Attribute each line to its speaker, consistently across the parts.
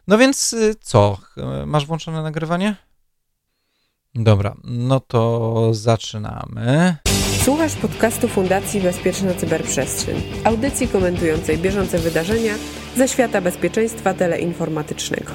Speaker 1: No więc co? Masz włączone nagrywanie? Dobra, no to zaczynamy.
Speaker 2: Słuchasz podcastu Fundacji Bezpieczna Cyberprzestrzeń, audycji komentującej bieżące wydarzenia ze świata bezpieczeństwa teleinformatycznego.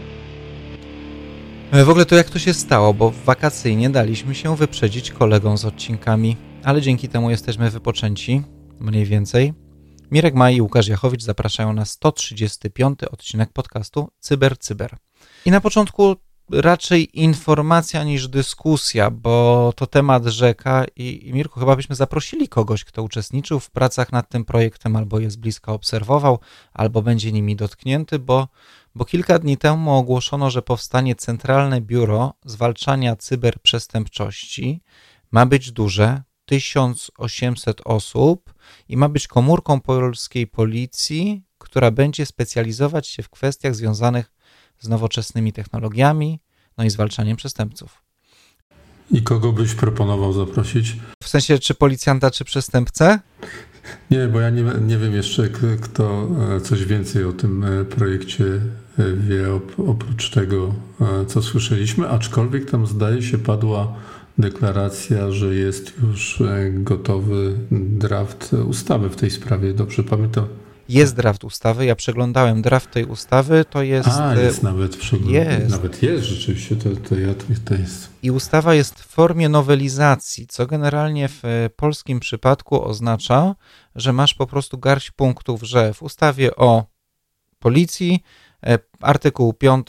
Speaker 1: W ogóle to jak to się stało, bo wakacyjnie daliśmy się wyprzedzić kolegom z odcinkami, ale dzięki temu jesteśmy wypoczęci, mniej więcej. Mirek Maj i Łukasz Jachowicz zapraszają na 135. odcinek podcastu Cyber. I na początku raczej informacja niż dyskusja, bo to temat rzeka i Mirku, chyba byśmy zaprosili kogoś, kto uczestniczył w pracach nad tym projektem, albo je z bliska obserwował, albo będzie nimi dotknięty, bo kilka dni temu ogłoszono, że powstanie Centralne Biuro Zwalczania Cyberprzestępczości. Ma być duże, 1800 osób i ma być komórką polskiej policji, która będzie specjalizować się w kwestiach związanych z nowoczesnymi technologiami, no i zwalczaniem przestępców.
Speaker 3: I kogo byś proponował zaprosić?
Speaker 1: W sensie, czy policjanta, czy przestępcę?
Speaker 3: Nie, bo ja nie wiem jeszcze, kto coś więcej o tym projekcie wie, oprócz tego, co słyszeliśmy, aczkolwiek tam zdaje się padła deklaracja, że jest już gotowy draft ustawy w tej sprawie. Dobrze pamiętam?
Speaker 1: Jest draft ustawy, ja przeglądałem draft tej ustawy, to jest...
Speaker 3: jest nawet
Speaker 1: jest.
Speaker 3: Nawet jest rzeczywiście, to jest.
Speaker 1: I ustawa jest w formie nowelizacji, co generalnie w polskim przypadku oznacza, że masz po prostu garść punktów, że w ustawie o policji artykuł 5,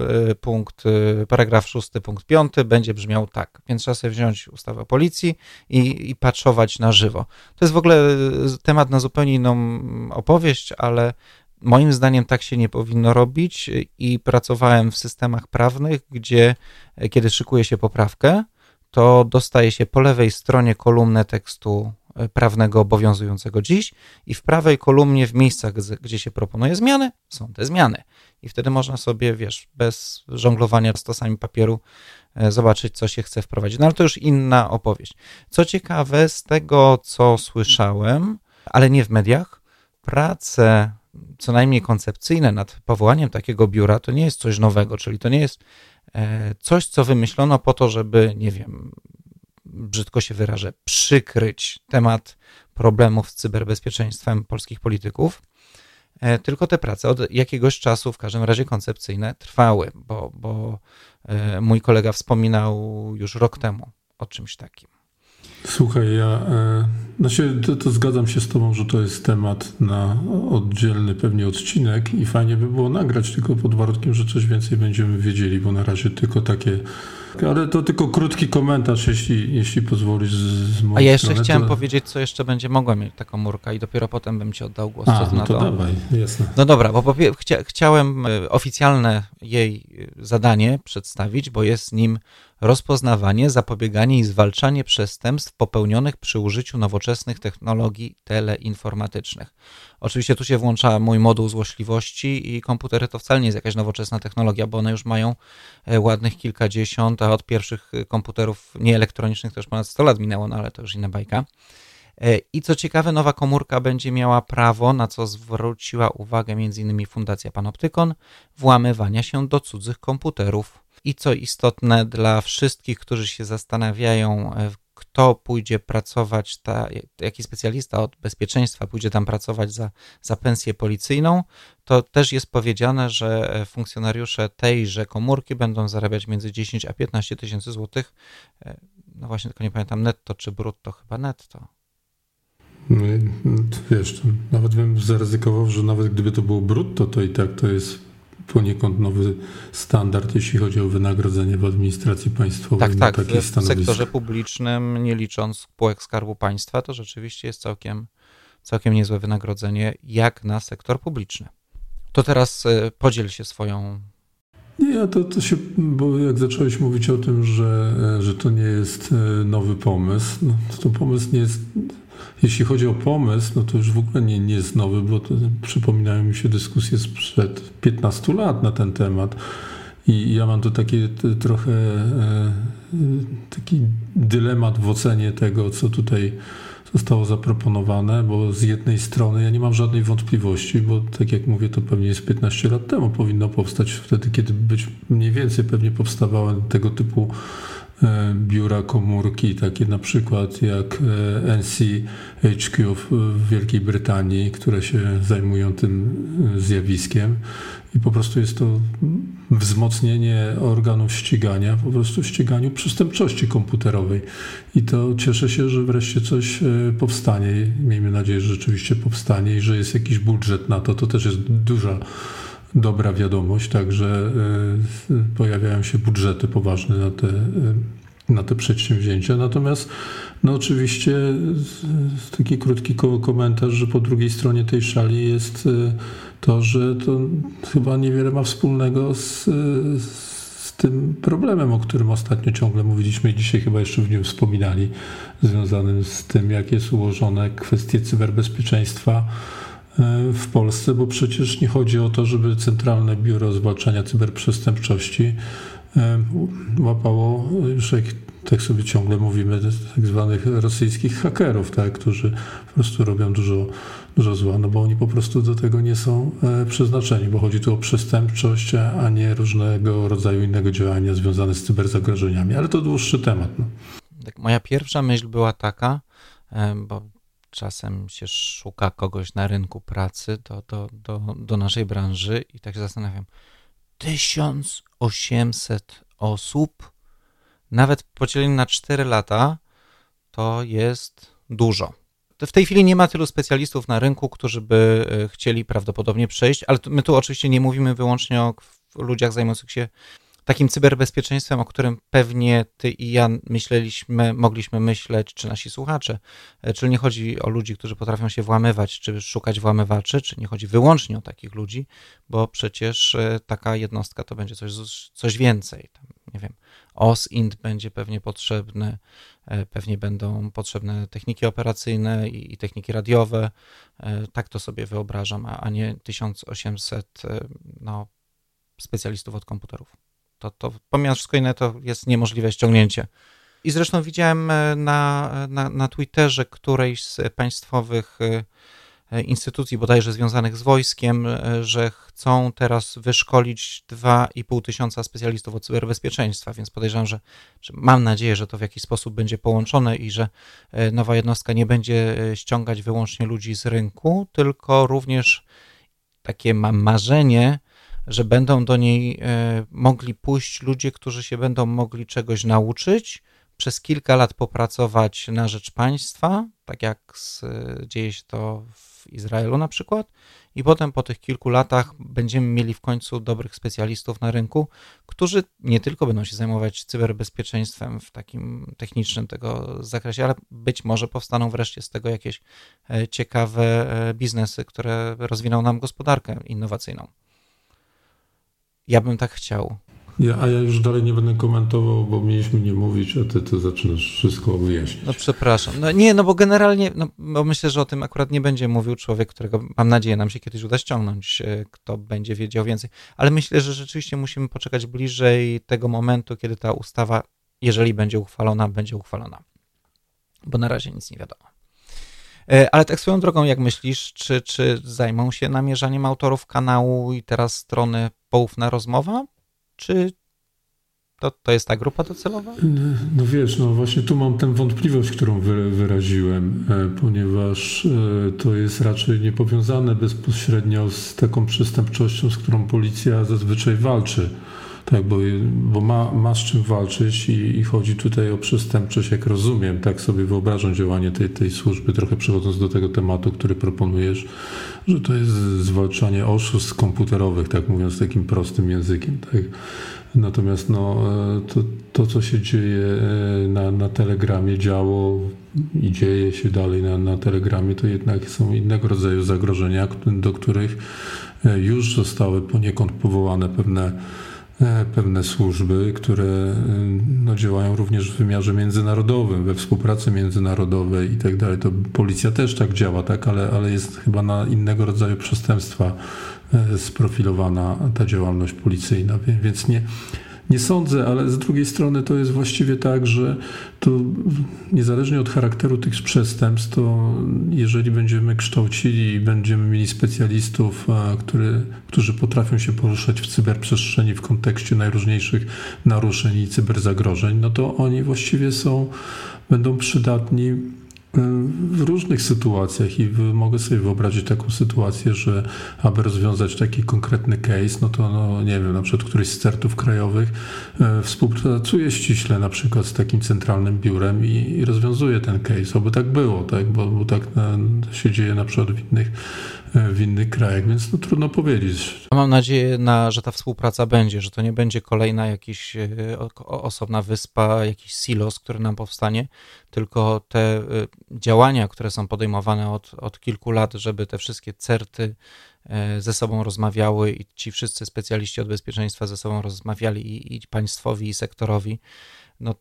Speaker 1: paragraf 6, punkt 5 będzie brzmiał tak. Więc trzeba sobie wziąć ustawę o policji i patrzować na żywo. To jest w ogóle temat na zupełnie inną opowieść, ale moim zdaniem tak się nie powinno robić i pracowałem w systemach prawnych, gdzie kiedy szykuje się poprawkę, to dostaje się po lewej stronie kolumnę tekstu prawnego obowiązującego dziś i w prawej kolumnie w miejscach, gdzie się proponuje zmiany, są te zmiany. I wtedy można sobie, bez żonglowania stosami papieru zobaczyć, co się chce wprowadzić. No ale to już inna opowieść. Co ciekawe, z tego, co słyszałem, ale nie w mediach, prace co najmniej koncepcyjne nad powołaniem takiego biura to nie jest coś nowego, czyli to nie jest coś, co wymyślono po to, żeby, nie wiem, brzydko się wyrażę, przykryć temat problemów z cyberbezpieczeństwem polskich polityków, tylko te prace od jakiegoś czasu, w każdym razie koncepcyjne, trwały, bo mój kolega wspominał już rok temu o czymś takim.
Speaker 3: Słuchaj, ja to zgadzam się z tobą, że to jest temat na oddzielny pewnie odcinek i fajnie by było nagrać, tylko pod warunkiem, że coś więcej będziemy wiedzieli, bo na razie tylko takie, ale to tylko krótki komentarz, jeśli pozwolisz z mojej strony.
Speaker 1: A ja jeszcze chciałem powiedzieć, co jeszcze będzie mogła mieć ta komórka i dopiero potem bym ci oddał głos.
Speaker 3: No to dawaj, jasne.
Speaker 1: No dobra, bo chciałem oficjalne jej zadanie przedstawić, bo jest nim rozpoznawanie, zapobieganie i zwalczanie przestępstw popełnionych przy użyciu nowoczesnych technologii teleinformatycznych. Oczywiście tu się włącza mój moduł złośliwości i komputery to wcale nie jest jakaś nowoczesna technologia, bo one już mają ładnych kilkadziesiąt, a od pierwszych komputerów nieelektronicznych to już ponad 100 lat minęło, no ale to już inna bajka. I co ciekawe, nowa komórka będzie miała prawo, na co zwróciła uwagę m.in. Fundacja Panoptykon, włamywania się do cudzych komputerów. I co istotne dla wszystkich, którzy się zastanawiają, kto pójdzie pracować, jaki specjalista od bezpieczeństwa pójdzie tam pracować za pensję policyjną, to też jest powiedziane, że funkcjonariusze tejże komórki będą zarabiać między 10 a 15 tysięcy złotych. No właśnie, tylko nie pamiętam netto czy brutto, chyba netto.
Speaker 3: Wiesz, nawet bym zaryzykował, że nawet gdyby to było brutto, to i tak to jest poniekąd nowy standard, jeśli chodzi o wynagrodzenie w administracji państwowej.
Speaker 1: Tak, w sektorze publicznym, nie licząc spółek Skarbu Państwa, to rzeczywiście jest całkiem niezłe wynagrodzenie, jak na sektor publiczny. To teraz podziel się swoją...
Speaker 3: Nie, to się, bo jak zacząłeś mówić o tym, że to nie jest nowy pomysł, no to pomysł nie jest... Jeśli chodzi o pomysł, no to już w ogóle nie jest nowy, bo to przypominają mi się dyskusje sprzed 15 lat na ten temat. I ja mam tu taki dylemat w ocenie tego, co tutaj zostało zaproponowane, bo z jednej strony ja nie mam żadnej wątpliwości, bo tak jak mówię, to pewnie jest 15 lat temu powinno powstać, wtedy kiedy być mniej więcej pewnie powstawały tego typu biura, komórki, takie na przykład jak NCHQ w Wielkiej Brytanii, które się zajmują tym zjawiskiem i po prostu jest to wzmocnienie organów ścigania, po prostu ściganiu przestępczości komputerowej. I to cieszę się, że wreszcie coś powstanie. Miejmy nadzieję, że rzeczywiście powstanie i że jest jakiś budżet na to. To też jest duża dobra wiadomość, także pojawiają się budżety poważne na te przedsięwzięcia. Natomiast no oczywiście taki krótki komentarz, że po drugiej stronie tej szali jest to, że to chyba niewiele ma wspólnego z tym problemem, o którym ostatnio ciągle mówiliśmy i dzisiaj chyba jeszcze w nim wspominali, związanym z tym, jak jest ułożone kwestie cyberbezpieczeństwa w Polsce, bo przecież nie chodzi o to, żeby Centralne Biuro Zwalczania Cyberprzestępczości łapało, już jak tak sobie ciągle mówimy, tak zwanych rosyjskich hakerów, tak, którzy po prostu robią dużo zła, no bo oni po prostu do tego nie są przeznaczeni, bo chodzi tu o przestępczość, a nie różnego rodzaju innego działania związane z cyberzagrożeniami, ale to dłuższy temat. No.
Speaker 1: Tak, moja pierwsza myśl była taka, bo czasem się szuka kogoś na rynku pracy do naszej branży i tak się zastanawiam, 1800 osób, nawet podzielenie na 4 lata, to jest dużo. W tej chwili nie ma tylu specjalistów na rynku, którzy by chcieli prawdopodobnie przejść, ale my tu oczywiście nie mówimy wyłącznie o ludziach zajmujących się takim cyberbezpieczeństwem, o którym pewnie ty i ja mogliśmy myśleć, czy nasi słuchacze. Czyli nie chodzi o ludzi, którzy potrafią się włamywać, czy szukać włamywaczy, czy nie chodzi wyłącznie o takich ludzi, bo przecież taka jednostka to będzie coś więcej. Tam, nie wiem, OSINT będzie pewnie potrzebny, pewnie będą potrzebne techniki operacyjne i techniki radiowe. Tak to sobie wyobrażam, a nie 1800 specjalistów od komputerów. To pomijając wszystko inne, to jest niemożliwe ściągnięcie. I zresztą widziałem na Twitterze którejś z państwowych instytucji, bodajże związanych z wojskiem, że chcą teraz wyszkolić 2500 specjalistów od cyberbezpieczeństwa, więc podejrzewam, że mam nadzieję, że to w jakiś sposób będzie połączone i że nowa jednostka nie będzie ściągać wyłącznie ludzi z rynku, tylko również takie mam marzenie, że będą do niej mogli pójść ludzie, którzy się będą mogli czegoś nauczyć, przez kilka lat popracować na rzecz państwa, tak jak dzieje się to w Izraelu na przykład, i potem po tych kilku latach będziemy mieli w końcu dobrych specjalistów na rynku, którzy nie tylko będą się zajmować cyberbezpieczeństwem w takim technicznym tego zakresie, ale być może powstaną wreszcie z tego jakieś ciekawe biznesy, które rozwiną nam gospodarkę innowacyjną. Ja bym tak chciał.
Speaker 3: A ja już dalej nie będę komentował, bo mieliśmy nie mówić, a ty to zaczynasz wszystko wyjaśnić.
Speaker 1: No przepraszam. Bo generalnie, bo myślę, że o tym akurat nie będzie mówił człowiek, którego mam nadzieję nam się kiedyś uda ściągnąć, kto będzie wiedział więcej. Ale myślę, że rzeczywiście musimy poczekać bliżej tego momentu, kiedy ta ustawa, jeżeli będzie uchwalona, Bo na razie nic nie wiadomo. Ale tak swoją drogą, jak myślisz, czy zajmą się namierzaniem autorów kanału i teraz strony Poufna Rozmowa? Czy to jest ta grupa docelowa?
Speaker 3: No wiesz, właśnie tu mam tę wątpliwość, którą wyraziłem, ponieważ to jest raczej niepowiązane bezpośrednio z taką przestępczością, z którą policja zazwyczaj walczy. Tak, bo ma z czym walczyć i chodzi tutaj o przestępczość, jak rozumiem, tak sobie wyobrażam działanie tej służby, trochę przechodząc do tego tematu, który proponujesz, że to jest zwalczanie oszustw komputerowych, tak mówiąc takim prostym językiem, tak. Natomiast to co się dzieje na Telegramie, działo i dzieje się dalej na Telegramie, to jednak są innego rodzaju zagrożenia, do których już zostały poniekąd powołane pewne służby, które działają również w wymiarze międzynarodowym, we współpracy międzynarodowej i tak dalej. To policja też tak działa, tak, ale jest chyba na innego rodzaju przestępstwa sprofilowana ta działalność policyjna, więc Nie sądzę, ale z drugiej strony to jest właściwie tak, że to niezależnie od charakteru tych przestępstw, to jeżeli będziemy kształcili i będziemy mieli specjalistów, którzy potrafią się poruszać w cyberprzestrzeni w kontekście najróżniejszych naruszeń i cyberzagrożeń, no to oni właściwie będą przydatni w różnych sytuacjach i mogę sobie wyobrazić taką sytuację, że aby rozwiązać taki konkretny case, no to nie wiem, na przykład któryś z CERT-ów krajowych współpracuje ściśle na przykład z takim centralnym biurem i rozwiązuje ten case, oby tak było, tak? Bo tak się dzieje na przykład w innych krajach, więc no trudno powiedzieć.
Speaker 1: Mam nadzieję, że ta współpraca będzie, że to nie będzie kolejna jakaś osobna wyspa, jakiś silos, który nam powstanie, tylko te działania, które są podejmowane od kilku lat, żeby te wszystkie CERT-y ze sobą rozmawiały i ci wszyscy specjaliści od bezpieczeństwa ze sobą rozmawiali i państwowi, i sektorowi, no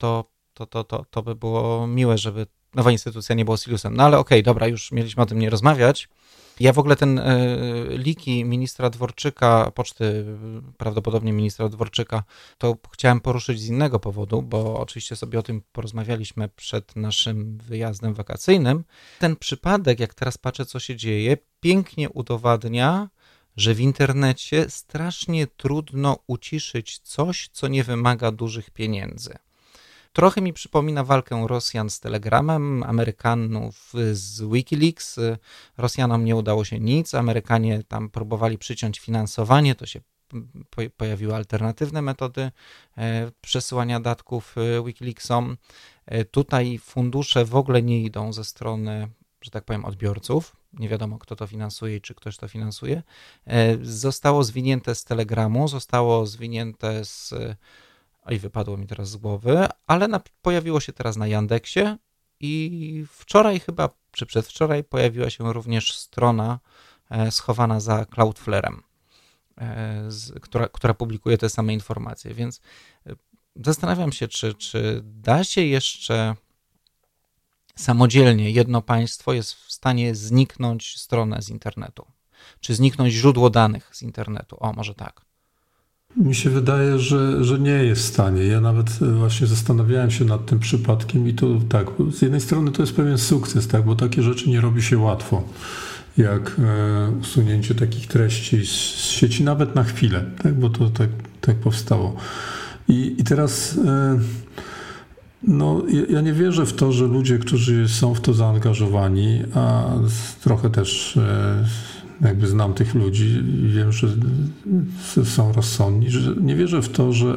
Speaker 1: to by było miłe, żeby nowa instytucja nie była silosem. No ale okej, dobra, już mieliśmy o tym nie rozmawiać. Ja w ogóle ten liki ministra Dworczyka, poczty prawdopodobnie ministra Dworczyka, to chciałem poruszyć z innego powodu, bo oczywiście sobie o tym porozmawialiśmy przed naszym wyjazdem wakacyjnym. Ten przypadek, jak teraz patrzę, co się dzieje, pięknie udowadnia, że w internecie strasznie trudno uciszyć coś, co nie wymaga dużych pieniędzy. Trochę mi przypomina walkę Rosjan z Telegramem, Amerykanów z Wikileaks. Rosjanom nie udało się nic, Amerykanie tam próbowali przyciąć finansowanie, to się pojawiły alternatywne metody przesyłania datków Wikileaksom. Tutaj fundusze w ogóle nie idą ze strony, że tak powiem, odbiorców. Nie wiadomo, kto to finansuje i czy ktoś to finansuje. Zostało zwinięte z Telegramu, zostało zwinięte i wypadło mi teraz z głowy, ale pojawiło się teraz na Yandexie i wczoraj chyba, czy przedwczoraj pojawiła się również strona schowana za Cloudflare'em, która publikuje te same informacje, więc zastanawiam się, czy da się jeszcze samodzielnie jedno państwo jest w stanie zniknąć stronę z internetu, czy zniknąć źródło danych z internetu, może tak.
Speaker 3: Mi się wydaje, że nie jest w stanie. Ja nawet właśnie zastanawiałem się nad tym przypadkiem i to tak, z jednej strony to jest pewien sukces, tak, bo takie rzeczy nie robi się łatwo, jak usunięcie takich treści z sieci nawet na chwilę, tak, bo to tak powstało. I teraz ja nie wierzę w to, że ludzie, którzy są w to zaangażowani, a trochę też jakby znam tych ludzi i wiem, że są rozsądni, że nie wierzę w to, że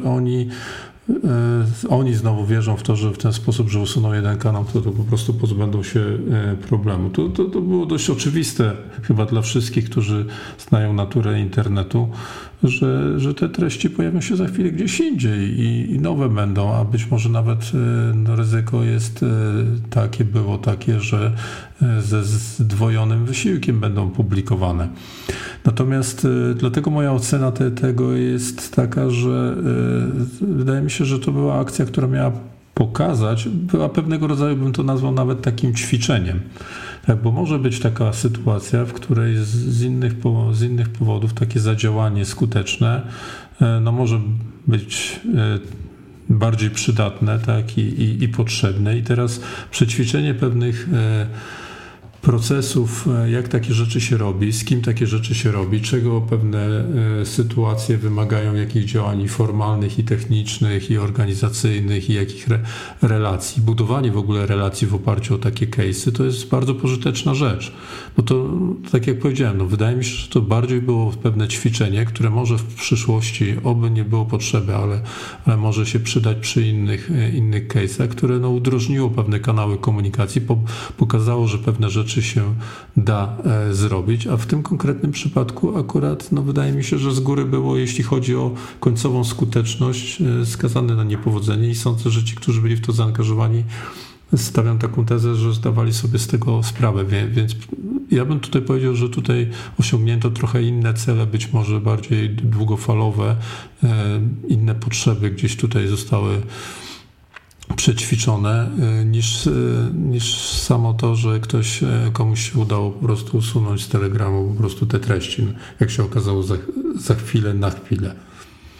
Speaker 3: oni znowu wierzą w to, że w ten sposób, że usuną jeden kanał, to po prostu pozbędą się problemu. To było dość oczywiste chyba dla wszystkich, którzy znają naturę internetu, że te treści pojawią się za chwilę gdzieś indziej i nowe będą, a być może nawet ryzyko jest takie, że ze zdwojonym wysiłkiem będą publikowane. Natomiast dlatego moja ocena tego jest taka, że wydaje mi się, że to była akcja, która miała pokazać, była pewnego rodzaju, bym to nazwał nawet takim ćwiczeniem. Tak, bo może być taka sytuacja, w której z innych powodów takie zadziałanie skuteczne może być bardziej przydatne, tak, i potrzebne. I teraz przećwiczenie pewnych procesów, jak takie rzeczy się robi, z kim takie rzeczy się robi, czego pewne sytuacje wymagają, jakich działań formalnych i technicznych i organizacyjnych i jakich relacji. Budowanie w ogóle relacji w oparciu o takie case'y to jest bardzo pożyteczna rzecz. Bo to, tak jak powiedziałem, wydaje mi się, że to bardziej było pewne ćwiczenie, które może w przyszłości, oby nie było potrzeby, ale może się przydać przy innych case'ach, które udrożniło pewne kanały komunikacji, pokazało, że pewne rzeczy się da zrobić, a w tym konkretnym przypadku akurat wydaje mi się, że z góry było, jeśli chodzi o końcową skuteczność, skazane na niepowodzenie i sądzę, że ci, którzy byli w to zaangażowani, stawiam taką tezę, że zdawali sobie z tego sprawę, więc ja bym tutaj powiedział, że tutaj osiągnięto trochę inne cele, być może bardziej długofalowe, inne potrzeby gdzieś tutaj zostały przećwiczone niż samo to, że komuś się udało po prostu usunąć z Telegramu po prostu te treści, jak się okazało za chwilę, na chwilę.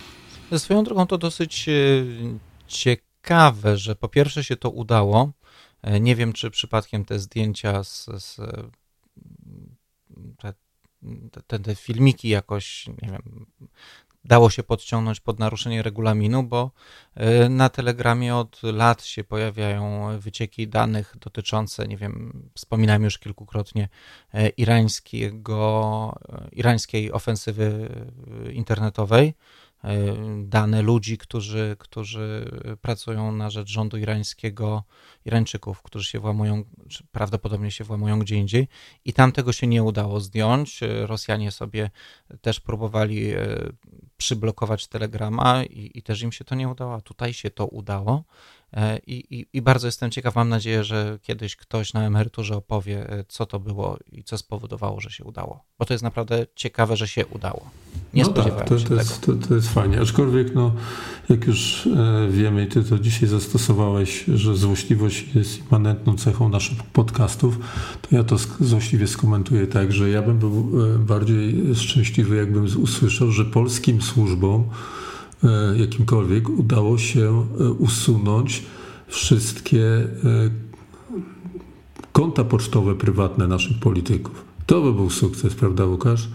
Speaker 1: Swoją drogą to dosyć ciekawe, że po pierwsze się to udało. Nie wiem, czy przypadkiem te zdjęcia te filmiki jakoś, nie wiem, dało się podciągnąć pod naruszenie regulaminu, bo na Telegramie od lat się pojawiają wycieki danych dotyczące, nie wiem, wspominałem już kilkukrotnie, irańskiej ofensywy internetowej, dane ludzi, którzy pracują na rzecz rządu irańskiego, Irańczyków, którzy się włamują, czy prawdopodobnie się włamują gdzie indziej i tam tego się nie udało zdjąć. Rosjanie sobie też próbowali przyblokować Telegrama i też im się to nie udało, a tutaj się to udało. I bardzo jestem ciekaw, mam nadzieję, że kiedyś ktoś na emeryturze opowie, co to było i co spowodowało, że się udało. Bo to jest naprawdę ciekawe, że się udało. Nie spodziewałem się tego.
Speaker 3: To jest fajnie. Aczkolwiek, jak już wiemy i ty to dzisiaj zastosowałeś, że złośliwość jest immanentną cechą naszych podcastów, to ja to złośliwie skomentuję tak, że ja bym był bardziej szczęśliwy, jakbym usłyszał, że polskim służbom jakimkolwiek udało się usunąć wszystkie konta pocztowe prywatne naszych polityków. To by był sukces, prawda, Łukasz?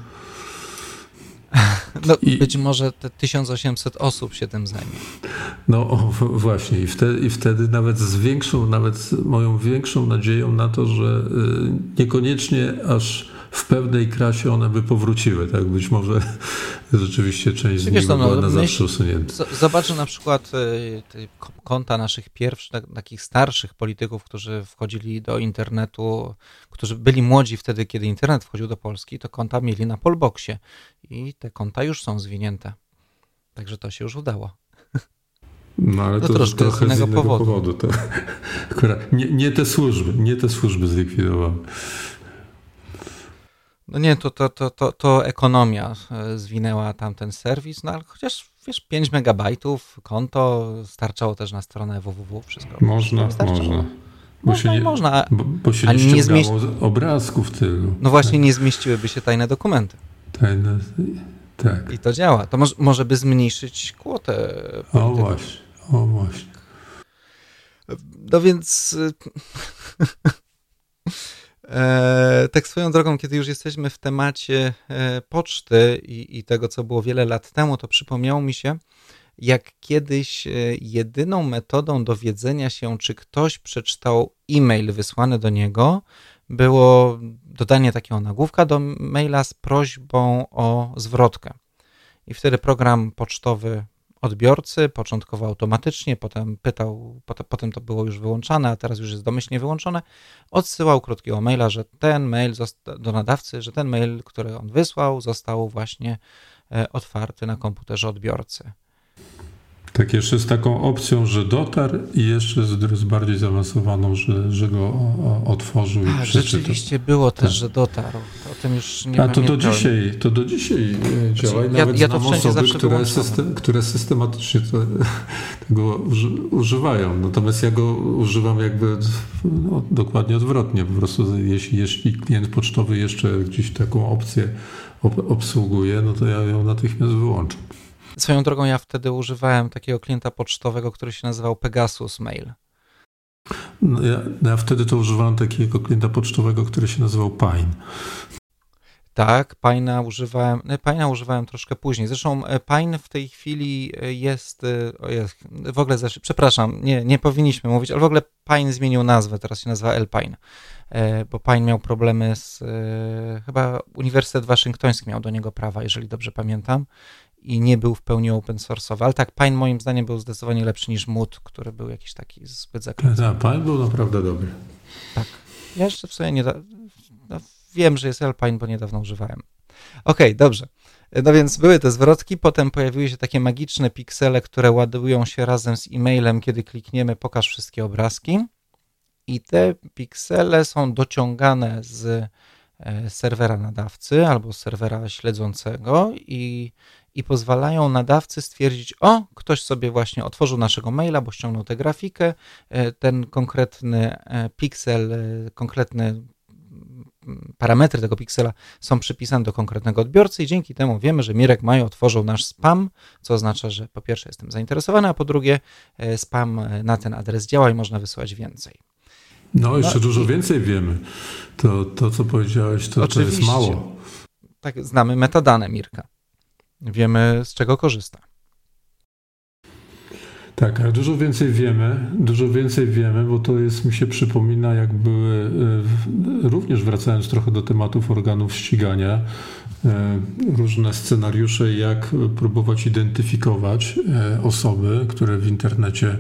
Speaker 1: Być może te 1800 osób się tym zajmie.
Speaker 3: Właśnie. I wtedy nawet nawet moją większą nadzieją na to, że niekoniecznie aż w pewnej krasie one by powróciły. Tak? Być może rzeczywiście część z nich była na zawsze usunięta.
Speaker 1: Zobacz, że na przykład konta naszych pierwszych, takich starszych polityków, którzy wchodzili do internetu, którzy byli młodzi wtedy, kiedy internet wchodził do Polski, to konta mieli na Polboxie i te konta już są zwinięte. Także to się już udało.
Speaker 3: Ale to trochę z innego powodu. To, nie te służby zlikwidowały.
Speaker 1: Nie, to ekonomia zwinęła tamten serwis, ale chociaż 5 megabajtów, konto starczało też na stronę www, wszystko.
Speaker 3: Można.
Speaker 1: Można.
Speaker 3: Bo się nie ściągało obrazków tylu.
Speaker 1: No właśnie, nie zmieściłyby się tajne dokumenty.
Speaker 3: Tak.
Speaker 1: I to działa. To może by zmniejszyć kwotę polityków.
Speaker 3: O właśnie.
Speaker 1: No więc... Tak swoją drogą, kiedy już jesteśmy w temacie poczty i tego, co było wiele lat temu, to przypomniało mi się, jak kiedyś jedyną metodą dowiedzenia się, czy ktoś przeczytał e-mail wysłany do niego, było dodanie takiego nagłówka do maila z prośbą o zwrotkę. I wtedy program pocztowy odbiorcy, początkowo automatycznie, potem pytał, potem to było już wyłączane, a teraz już jest domyślnie wyłączone, odsyłał krótkiego maila, że ten mail do nadawcy, że ten mail, który on wysłał, został właśnie otwarty na komputerze odbiorcy.
Speaker 3: Tak, jeszcze z taką opcją, że dotarł i jeszcze z bardziej zaawansowaną, że go otworzył i przeczytał.
Speaker 1: Rzeczywiście było też, że dotarł. O tym już nie pamiętam.
Speaker 3: To do dzisiaj działa. Nawet znam osoby, które systematycznie tego używają. Natomiast ja go używam jakby dokładnie odwrotnie. Po prostu jeśli klient pocztowy jeszcze gdzieś taką opcję obsługuje, no to ja ją natychmiast wyłączam.
Speaker 1: Swoją drogą ja wtedy używałem takiego klienta pocztowego, który się nazywał Pegasus Mail.
Speaker 3: Ja wtedy to używałem takiego klienta pocztowego, który się nazywał Pine.
Speaker 1: Tak, Pine'a używałem troszkę później. Zresztą Pine w tej chwili jest w ogóle przepraszam, nie powinniśmy mówić, ale w ogóle Pine zmienił nazwę, teraz się nazywa Alpine, bo Pine miał problemy chyba Uniwersytet Waszyngtoński miał do niego prawa, jeżeli dobrze pamiętam, i nie był w pełni open source'owy, ale tak, Pine moim zdaniem był zdecydowanie lepszy niż Mood, który był jakiś taki zbyt zakręcony.
Speaker 3: Pine był naprawdę dobry.
Speaker 1: Tak, ja jeszcze w sumie wiem, że jest Alpine, bo niedawno używałem. Okej, dobrze. No więc były te zwrotki, potem pojawiły się takie magiczne piksele, które ładują się razem z e-mailem, kiedy klikniemy pokaż wszystkie obrazki i te piksele są dociągane z serwera nadawcy albo z serwera śledzącego i pozwalają nadawcy stwierdzić, ktoś sobie właśnie otworzył naszego maila, bo ściągnął tę grafikę, ten konkretny piksel, konkretny parametry tego piksela są przypisane do konkretnego odbiorcy i dzięki temu wiemy, że Mirek Maj otworzył nasz spam, co oznacza, że po pierwsze jestem zainteresowany, a po drugie spam na ten adres działa i można wysłać więcej.
Speaker 3: No, jeszcze dużo więcej wiemy. To co powiedziałeś, to jest mało.
Speaker 1: Tak, znamy metadane Mirka. Wiemy, z czego korzysta.
Speaker 3: Tak, ale dużo więcej wiemy, bo to jest, mi się przypomina, jak były, również wracając trochę do tematów organów ścigania, różne scenariusze, jak próbować identyfikować osoby, które w internecie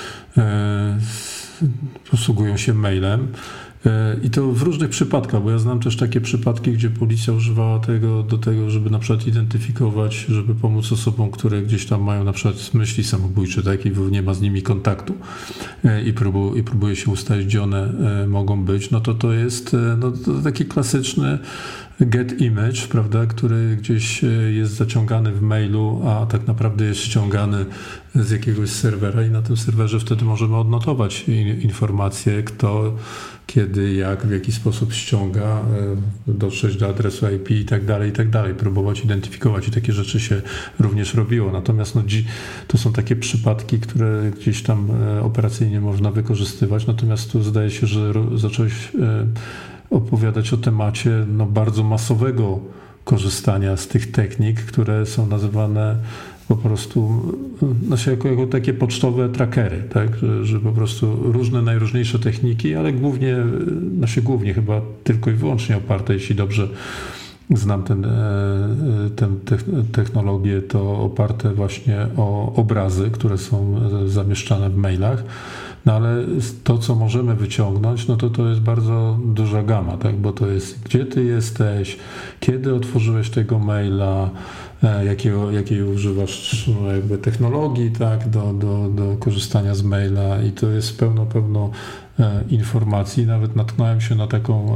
Speaker 3: posługują się mailem. I to w różnych przypadkach, bo ja znam też takie przypadki, gdzie policja używała tego do tego, żeby na przykład identyfikować, żeby pomóc osobom, które gdzieś tam mają na przykład myśli samobójcze, tak, i nie ma z nimi kontaktu i próbuje się ustalić, gdzie one mogą być, no to jest to taki klasyczny get image, prawda, który gdzieś jest zaciągany w mailu, a tak naprawdę jest ściągany z jakiegoś serwera i na tym serwerze wtedy możemy odnotować informacje, kto, kiedy, jak, w jaki sposób ściąga, dotrzeć do adresu IP i tak dalej, próbować identyfikować i takie rzeczy się również robiło. Natomiast to są takie przypadki, które gdzieś tam operacyjnie można wykorzystywać, natomiast tu zdaje się, że zacząłeś opowiadać o temacie bardzo masowego korzystania z tych technik, które są nazywane po prostu jako takie pocztowe trackery, tak? Że po prostu różne, najróżniejsze techniki, ale głównie chyba tylko i wyłącznie oparte, jeśli dobrze znam tę technologię, to oparte właśnie o obrazy, które są zamieszczane w mailach. No ale to, co możemy wyciągnąć, to jest bardzo duża gama, tak? Bo to jest, gdzie ty jesteś, kiedy otworzyłeś tego maila, jakiej używasz jakby technologii, tak? Do korzystania z maila i to jest pełno informacji. Nawet natknąłem się na taką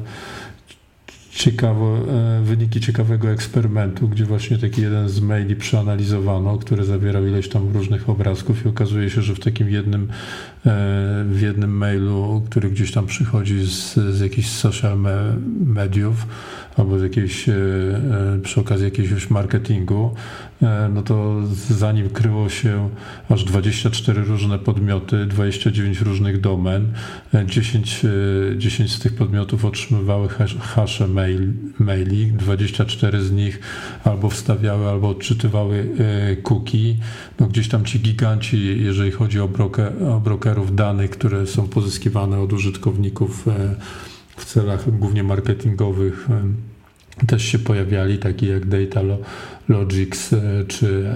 Speaker 3: wyniki ciekawego eksperymentu, gdzie właśnie taki jeden z maili przeanalizowano, który zawierał ileś tam różnych obrazków i okazuje się, że w takim w jednym mailu, który gdzieś tam przychodzi z jakichś social mediów albo przy okazji jakiegoś marketingu, no to za nim kryło się aż 24 różne podmioty, 29 różnych domen, 10 z tych podmiotów otrzymywały hasze maili, 24 z nich albo wstawiały, albo odczytywały cookie. No gdzieś tam ci giganci, jeżeli chodzi o brokerów danych, które są pozyskiwane od użytkowników w celach głównie marketingowych, też się pojawiali, takie jak Datalogix czy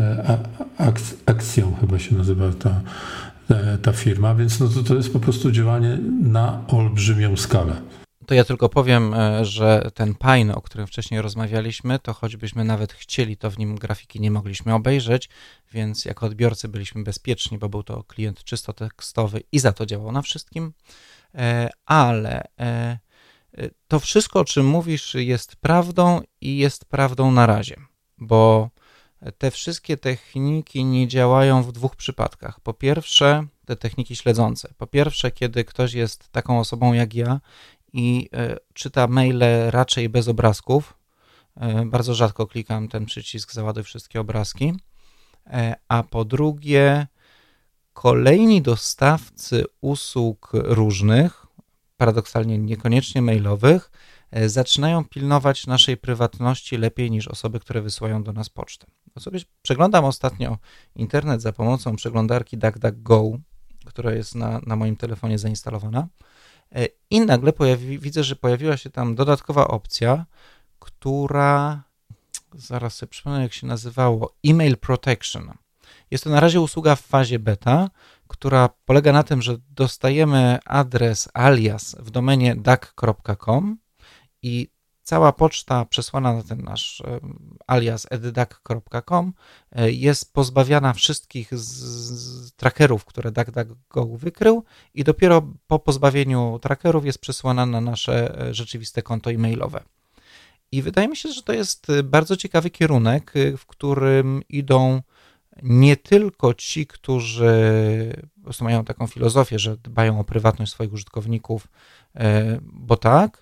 Speaker 3: Axiom chyba się nazywa ta firma, więc to jest po prostu działanie na olbrzymią skalę.
Speaker 1: To ja tylko powiem, że ten Pine, o którym wcześniej rozmawialiśmy, to choćbyśmy nawet chcieli, to w nim grafiki nie mogliśmy obejrzeć, więc jako odbiorcy byliśmy bezpieczni, bo był to klient czysto tekstowy i za to działał na wszystkim, ale to wszystko, o czym mówisz, jest prawdą i jest prawdą na razie, bo te wszystkie techniki nie działają w dwóch przypadkach. Po pierwsze, te techniki śledzące. Po pierwsze, kiedy ktoś jest taką osobą jak ja i czyta maile raczej bez obrazków, bardzo rzadko klikam ten przycisk załaduj wszystkie obrazki, a po drugie, kolejni dostawcy usług różnych, paradoksalnie niekoniecznie mailowych, zaczynają pilnować naszej prywatności lepiej niż osoby, które wysyłają do nas pocztę. Sobie przeglądam ostatnio internet za pomocą przeglądarki DuckDuckGo, która jest na moim telefonie zainstalowana i nagle widzę, że pojawiła się tam dodatkowa opcja, która, zaraz sobie przypomnę jak się nazywało, Email Protection. Jest to na razie usługa w fazie beta, która polega na tym, że dostajemy adres alias w domenie duck.com i cała poczta przesłana na ten nasz alias edduck.com jest pozbawiana wszystkich trackerów, które DuckDuckGo wykrył i dopiero po pozbawieniu trackerów jest przesłana na nasze rzeczywiste konto e-mailowe. I wydaje mi się, że to jest bardzo ciekawy kierunek, w którym idą nie tylko ci, którzy po prostu mają taką filozofię, że dbają o prywatność swoich użytkowników, bo tak,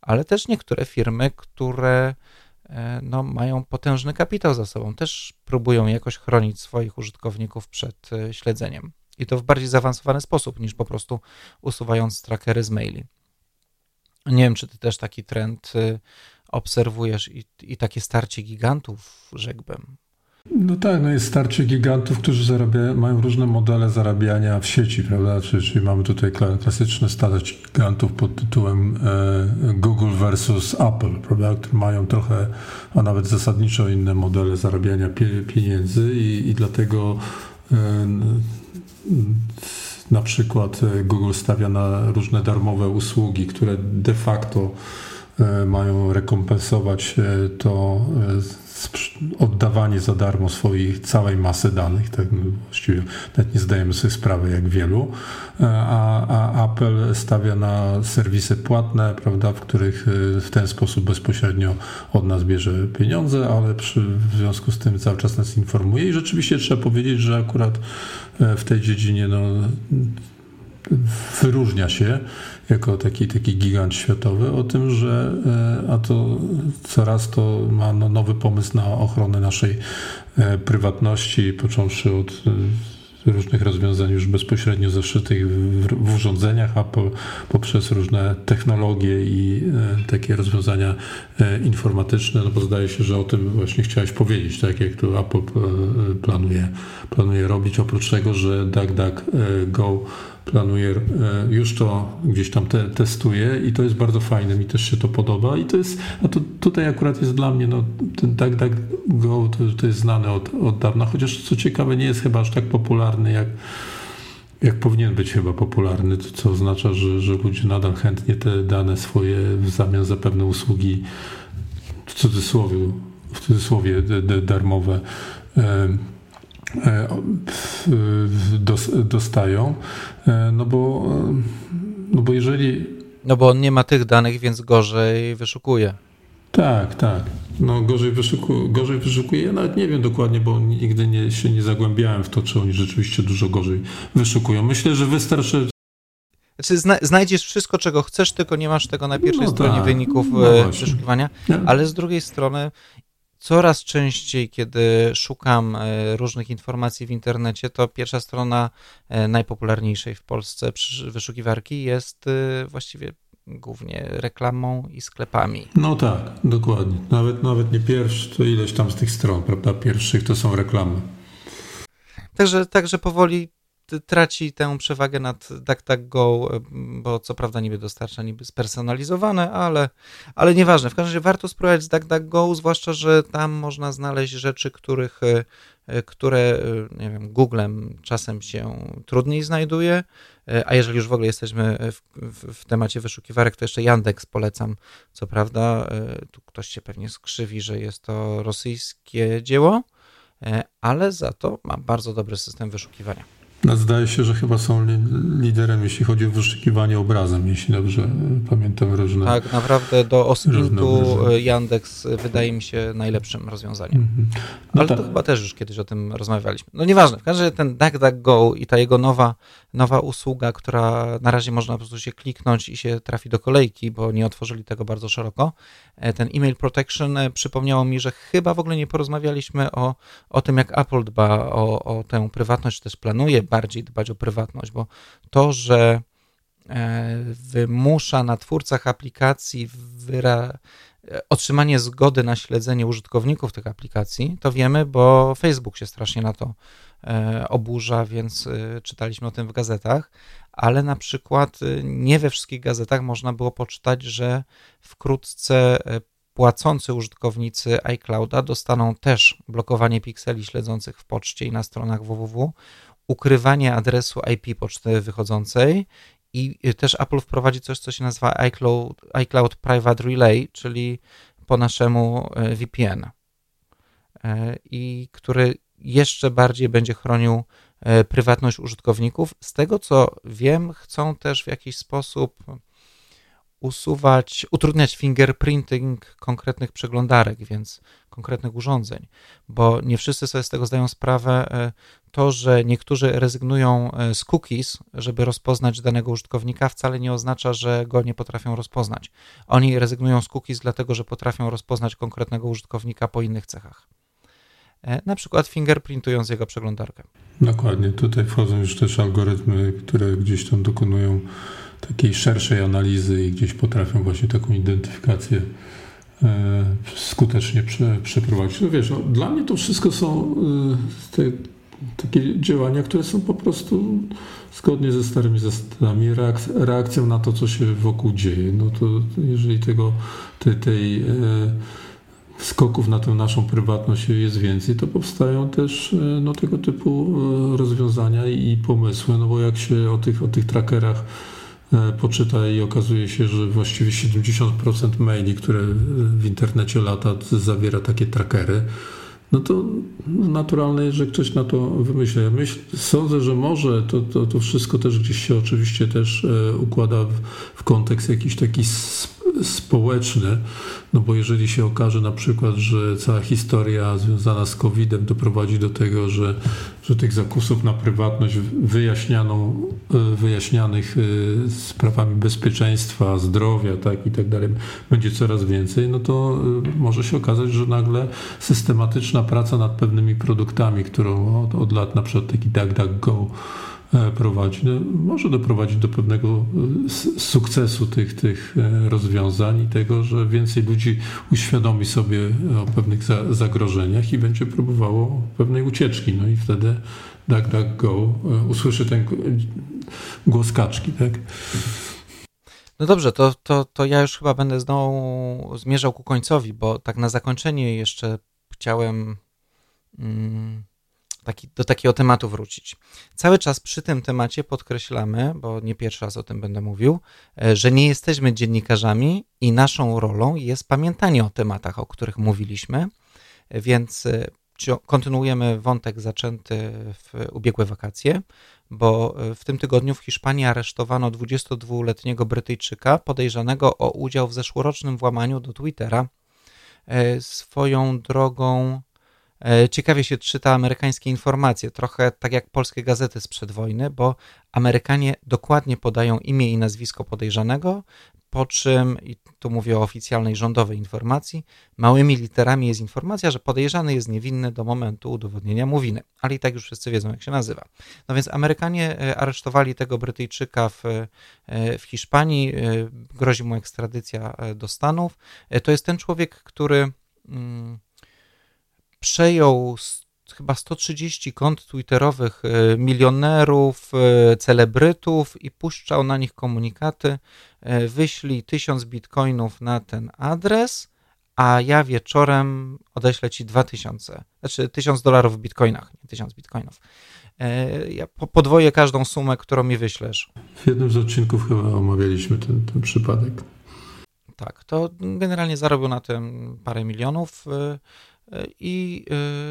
Speaker 1: ale też niektóre firmy, które mają potężny kapitał za sobą, też próbują jakoś chronić swoich użytkowników przed śledzeniem. I to w bardziej zaawansowany sposób niż po prostu usuwając trackery z maili. Nie wiem, czy ty też taki trend obserwujesz i takie starcie gigantów, rzekłbym.
Speaker 3: No tak, jest starcie gigantów, którzy mają różne modele zarabiania w sieci, prawda? Czyli mamy tutaj klasyczne starcie gigantów pod tytułem Google versus Apple, prawda? Które mają trochę, a nawet zasadniczo inne modele zarabiania pieniędzy i dlatego na przykład Google stawia na różne darmowe usługi, które de facto mają rekompensować to oddawanie za darmo swojej całej masy danych. Tak, właściwie nawet nie zdajemy sobie sprawy, jak wielu. A Apple stawia na serwisy płatne, prawda, w których w ten sposób bezpośrednio od nas bierze pieniądze, ale w związku z tym cały czas nas informuje i rzeczywiście trzeba powiedzieć, że akurat w tej dziedzinie wyróżnia się jako taki gigant światowy o tym, że coraz to ma nowy pomysł na ochronę naszej prywatności, począwszy od różnych rozwiązań już bezpośrednio zaszytych w urządzeniach Apple, poprzez różne technologie i takie rozwiązania informatyczne, bo zdaje się, że o tym właśnie chciałeś powiedzieć, tak jak to Apple planuje robić, oprócz tego, że DuckDuckGo planuje, już to gdzieś tam testuje i to jest bardzo fajne, mi też się to podoba i tutaj akurat jest dla mnie, ten DuckDuckGo to jest znane od dawna, chociaż co ciekawe nie jest chyba aż tak popularny, jak powinien być chyba popularny, co oznacza, że ludzie nadal chętnie te dane swoje w zamian za pewne usługi w cudzysłowie darmowe dostają, bo jeżeli...
Speaker 1: No bo on nie ma tych danych, więc gorzej wyszukuje.
Speaker 3: Tak. Gorzej wyszukuje. Ja nawet nie wiem dokładnie, bo nigdy się nie zagłębiałem w to, czy oni rzeczywiście dużo gorzej wyszukują. Myślę, że wystarczy...
Speaker 1: Znaczy, znajdziesz wszystko, czego chcesz, tylko nie masz tego na pierwszej stronie wyników wyszukiwania, ale z drugiej strony coraz częściej, kiedy szukam różnych informacji w internecie, to pierwsza strona najpopularniejszej w Polsce wyszukiwarki jest właściwie głównie reklamą i sklepami.
Speaker 3: No tak, dokładnie. Nawet nie pierwszy, to ileś tam z tych stron, prawda? Pierwszych to są reklamy.
Speaker 1: Także powoli traci tę przewagę nad DuckDuckGo, bo co prawda niby dostarcza niby spersonalizowane, ale nieważne. W każdym razie warto spróbować z DuckDuckGo, zwłaszcza, że tam można znaleźć rzeczy, które nie wiem, Googlem czasem się trudniej znajduje, a jeżeli już w ogóle jesteśmy w temacie wyszukiwarek, to jeszcze Yandex polecam. Co prawda, tu ktoś się pewnie skrzywi, że jest to rosyjskie dzieło, ale za to ma bardzo dobry system wyszukiwania.
Speaker 3: Zdaje się, że chyba są liderem, jeśli chodzi o wyszukiwanie obrazem, jeśli dobrze pamiętam różne.
Speaker 1: Tak, naprawdę do Oskintu Yandex wydaje mi się najlepszym rozwiązaniem. Ale to chyba też już kiedyś o tym rozmawialiśmy. No nieważne, w każdym razie ten DuckDuckGo i ta jego nowa usługa, która na razie można po prostu się kliknąć i się trafi do kolejki, bo nie otworzyli tego bardzo szeroko. Ten email protection przypomniało mi, że chyba w ogóle nie porozmawialiśmy o tym, jak Apple dba o tę prywatność, czy też planuje bardziej dbać o prywatność, bo to, że wymusza na twórcach aplikacji otrzymanie zgody na śledzenie użytkowników tych aplikacji, to wiemy, bo Facebook się strasznie na to oburza, więc czytaliśmy o tym w gazetach, ale na przykład nie we wszystkich gazetach można było poczytać, że wkrótce płacący użytkownicy iClouda dostaną też blokowanie pikseli śledzących w poczcie i na stronach www, ukrywanie adresu IP poczty wychodzącej i też Apple wprowadzi coś, co się nazywa iCloud Private Relay, czyli po naszemu VPN, i który jeszcze bardziej będzie chronił prywatność użytkowników. Z tego, co wiem, chcą też w jakiś sposób utrudniać fingerprinting konkretnych przeglądarek, więc konkretnych urządzeń, bo nie wszyscy sobie z tego zdają sprawę. To, że niektórzy rezygnują z cookies, żeby rozpoznać danego użytkownika, wcale nie oznacza, że go nie potrafią rozpoznać. Oni rezygnują z cookies dlatego, że potrafią rozpoznać konkretnego użytkownika po innych cechach. Na przykład fingerprintując jego przeglądarkę.
Speaker 3: Dokładnie. Tutaj wchodzą już też algorytmy, które gdzieś tam dokonują takiej szerszej analizy i gdzieś potrafią właśnie taką identyfikację skutecznie przeprowadzić. No wiesz, dla mnie to wszystko są takie działania, które są po prostu zgodnie ze starymi zasadami, reakcją na to, co się wokół dzieje. No to jeżeli tej skoków na tę naszą prywatność jest więcej, to powstają też tego typu rozwiązania i pomysły, no bo jak się o tych trackerach poczyta i okazuje się, że właściwie 70% maili, które w internecie lata, zawiera takie trackery, no to naturalne jest, że ktoś na to wymyśla. Ja sądzę, że może to wszystko też gdzieś się oczywiście też układa w kontekst jakiś taki społeczny, no bo jeżeli się okaże na przykład, że cała historia związana z COVID-em doprowadzi do tego, że tych zakusów na prywatność wyjaśnianych sprawami bezpieczeństwa, zdrowia, tak i tak dalej będzie coraz więcej, no to może się okazać, że nagle systematyczna praca nad pewnymi produktami, którą od lat na przykład taki DuckDuckGo prowadzi, no, może doprowadzić do pewnego sukcesu tych rozwiązań i tego, że więcej ludzi uświadomi sobie o pewnych zagrożeniach i będzie próbowało pewnej ucieczki. No i wtedy DuckDuckGo usłyszy ten głos kaczki, tak?
Speaker 1: No dobrze, to ja już chyba będę znowu zmierzał ku końcowi, bo tak na zakończenie jeszcze chciałem do takiego tematu wrócić. Cały czas przy tym temacie podkreślamy, bo nie pierwszy raz o tym będę mówił, że nie jesteśmy dziennikarzami i naszą rolą jest pamiętanie o tematach, o których mówiliśmy, więc kontynuujemy wątek zaczęty w ubiegłe wakacje, bo w tym tygodniu w Hiszpanii aresztowano 22-letniego Brytyjczyka podejrzanego o udział w zeszłorocznym włamaniu do Twittera. Swoją drogą ciekawie się czyta amerykańskie informacje, trochę tak jak polskie gazety sprzed wojny, bo Amerykanie dokładnie podają imię i nazwisko podejrzanego, po czym, i tu mówię o oficjalnej rządowej informacji, małymi literami jest informacja, że podejrzany jest niewinny do momentu udowodnienia mu winy, ale i tak już wszyscy wiedzą, jak się nazywa. No więc Amerykanie aresztowali tego Brytyjczyka w Hiszpanii, grozi mu ekstradycja do Stanów. To jest ten człowiek, który przejął chyba 130 kont twitterowych milionerów, celebrytów i puszczał na nich komunikaty: wyślij 1000 bitcoinów na ten adres, a ja wieczorem odeślę ci 2000, znaczy $1000 w bitcoinach, nie 1000 bitcoinów. Ja podwoję każdą sumę, którą mi wyślesz.
Speaker 3: W jednym z odcinków chyba omawialiśmy ten przypadek.
Speaker 1: Tak, to generalnie zarobił na tym parę milionów i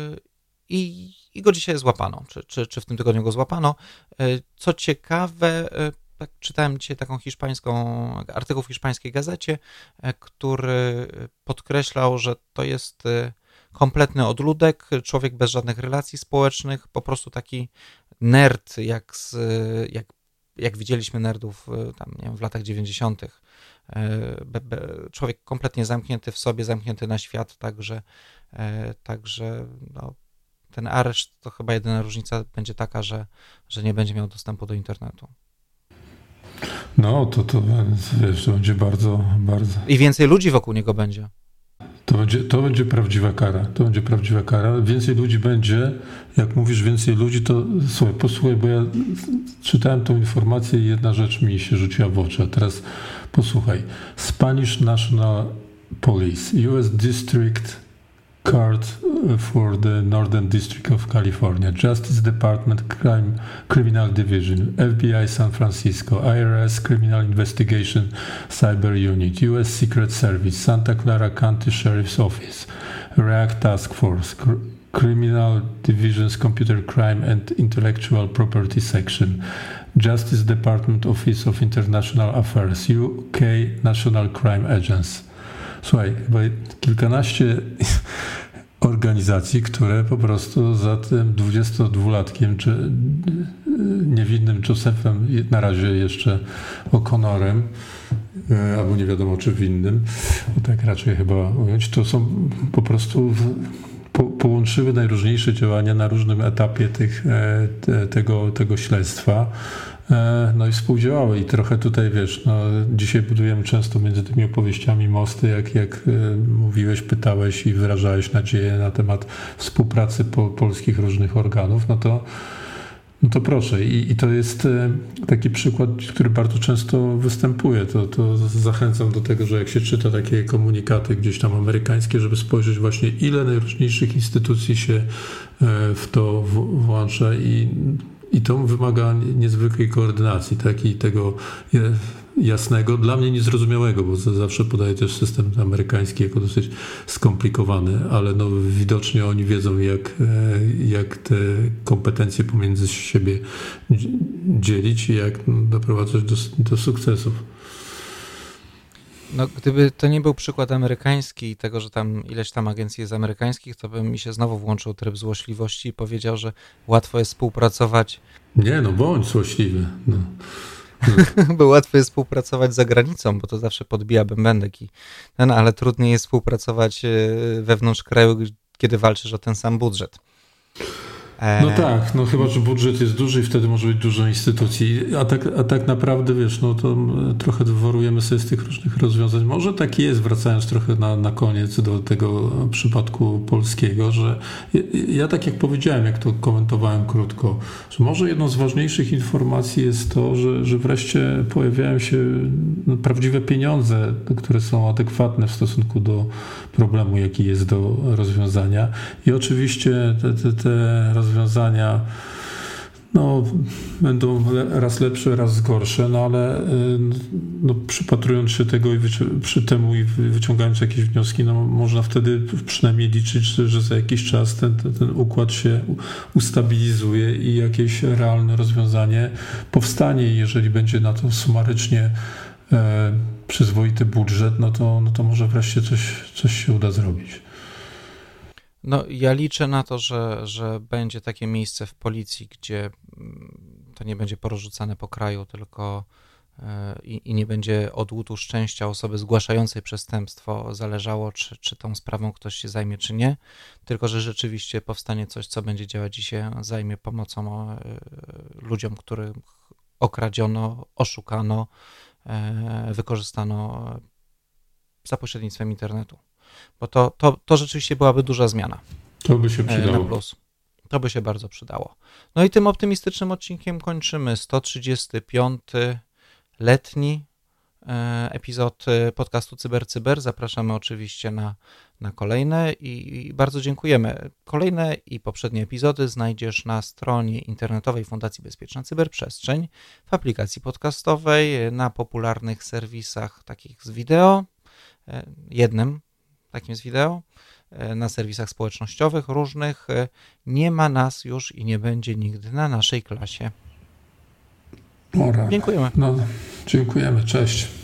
Speaker 1: go dzisiaj złapano, czy w tym tygodniu go złapano. Co ciekawe, tak czytałem dzisiaj artykuł w hiszpańskiej gazecie, który podkreślał, że to jest kompletny odludek, człowiek bez żadnych relacji społecznych, po prostu taki nerd, jak widzieliśmy nerdów tam, nie wiem, w latach 90. Człowiek kompletnie zamknięty w sobie, zamknięty na świat, także no, ten areszt to chyba jedyna różnica będzie taka, że nie będzie miał dostępu do internetu.
Speaker 3: No, to wiesz, to będzie bardzo, bardzo...
Speaker 1: I więcej ludzi wokół niego będzie.
Speaker 3: To będzie prawdziwa kara. To będzie prawdziwa kara. Więcej ludzi będzie, jak mówisz więcej ludzi, to posłuchaj, bo ja czytałem tą informację i jedna rzecz mi się rzuciła w oczy. A teraz posłuchaj. Spanish National Police, US District Court for the Northern District of California, Justice Department Criminal Division, FBI San Francisco, IRS Criminal Investigation Cyber Unit, US Secret Service, Santa Clara County Sheriff's Office, REACT Task Force, Criminal Division's Computer Crime and Intellectual Property Section, Justice Department Office of International Affairs, UK National Crime Agency. Słuchaj, chyba kilkanaście organizacji, które po prostu za tym 22-latkiem, czy niewinnym Josephem, na razie jeszcze O'Connorem, albo nie wiadomo czy winnym, tak raczej chyba ująć, to są po prostu połączyły najróżniejsze działania na różnym etapie tego śledztwa. No i współdziałały i trochę tutaj, wiesz, dzisiaj budujemy często między tymi opowieściami mosty, jak mówiłeś, pytałeś i wyrażałeś nadzieję na temat współpracy polskich różnych organów, no to proszę. I to jest taki przykład, który bardzo często występuje. To zachęcam do tego, że jak się czyta takie komunikaty gdzieś tam amerykańskie, żeby spojrzeć właśnie, ile najróżniejszych instytucji się w to włącza i to wymaga niezwykłej koordynacji, tak? I tego jasnego, dla mnie niezrozumiałego, bo zawsze podaję też system amerykański jako dosyć skomplikowany, ale widocznie oni wiedzą, jak te kompetencje pomiędzy siebie dzielić i jak doprowadzać do sukcesów.
Speaker 1: No, gdyby to nie był przykład amerykański i tego, że tam ileś tam agencji jest amerykańskich, to by mi się znowu włączył tryb złośliwości i powiedział, że łatwo jest współpracować.
Speaker 3: Nie, bądź złośliwy.
Speaker 1: Bo łatwo jest współpracować za granicą, bo to zawsze podbija bębenek ale trudniej jest współpracować wewnątrz kraju, kiedy walczysz o ten sam budżet.
Speaker 3: No tak, chyba, że budżet jest duży i wtedy może być dużo instytucji, a tak naprawdę, wiesz, to trochę wyworujemy sobie z tych różnych rozwiązań. Może tak jest, wracając trochę na koniec do tego przypadku polskiego, że ja tak jak powiedziałem, jak to komentowałem krótko, że może jedną z ważniejszych informacji jest to, że wreszcie pojawiają się prawdziwe pieniądze, które są adekwatne w stosunku do problemu, jaki jest do rozwiązania. I oczywiście te rozwiązania będą raz lepsze, raz gorsze, ale przypatrując się tego przy temu i wyciągając jakieś wnioski, można wtedy przynajmniej liczyć, że za jakiś czas ten układ się ustabilizuje i jakieś realne rozwiązanie powstanie. Jeżeli będzie na to sumarycznie przyzwoity budżet, to może wreszcie coś się uda zrobić.
Speaker 1: Ja liczę na to, że będzie takie miejsce w policji, gdzie to nie będzie porozrzucane po kraju, tylko i nie będzie odłutu szczęścia osoby zgłaszającej przestępstwo zależało, czy tą sprawą ktoś się zajmie, czy nie, tylko że rzeczywiście powstanie coś, co będzie działać i się zajmie pomocą ludziom, których okradziono, oszukano, wykorzystano za pośrednictwem internetu. Bo to rzeczywiście byłaby duża zmiana.
Speaker 3: To by się przydało.
Speaker 1: Na plus. To by się bardzo przydało. No i tym optymistycznym odcinkiem kończymy 135. letni epizod podcastu CyberCyber. Zapraszamy oczywiście na kolejne i bardzo dziękujemy. Kolejne i poprzednie epizody znajdziesz na stronie internetowej Fundacji Bezpieczna Cyberprzestrzeń, w aplikacji podcastowej, na popularnych serwisach takich z wideo, jednym takim z wideo, na serwisach społecznościowych różnych. Nie ma nas już i nie będzie nigdy na naszej klasie.
Speaker 3: Dziękujemy. Dziękujemy, cześć.